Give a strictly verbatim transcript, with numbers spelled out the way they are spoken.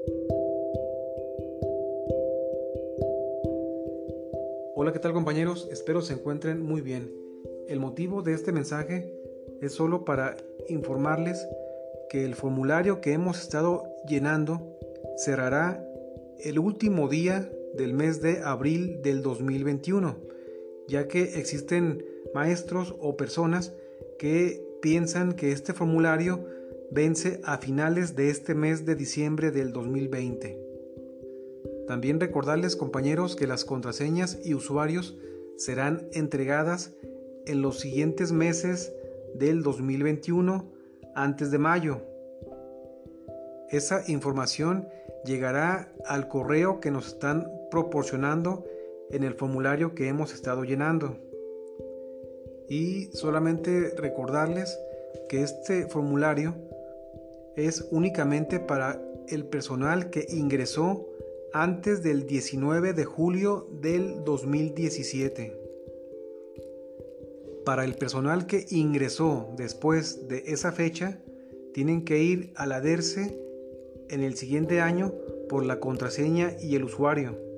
Hola, ¿qué tal compañeros? Espero se encuentren muy bien. El motivo de este mensaje es solo para informarles que el formulario que hemos estado llenando cerrará el último día del mes de abril del dos mil veintiuno, ya que existen maestros o personas que piensan que este formulario vence a finales de este mes de diciembre del dos mil veinte. También recordarles, compañeros, que las contraseñas y usuarios serán entregadas en los siguientes meses del dos mil veintiuno antes de mayo. Esa información llegará al correo que nos están proporcionando en el formulario que hemos estado llenando. Y solamente recordarles que este formulario es únicamente para el personal que ingresó antes del diecinueve de julio del dos mil diecisiete. Para el personal que ingresó después de esa fecha, tienen que ir a la DERCE en el siguiente año por la contraseña y el usuario.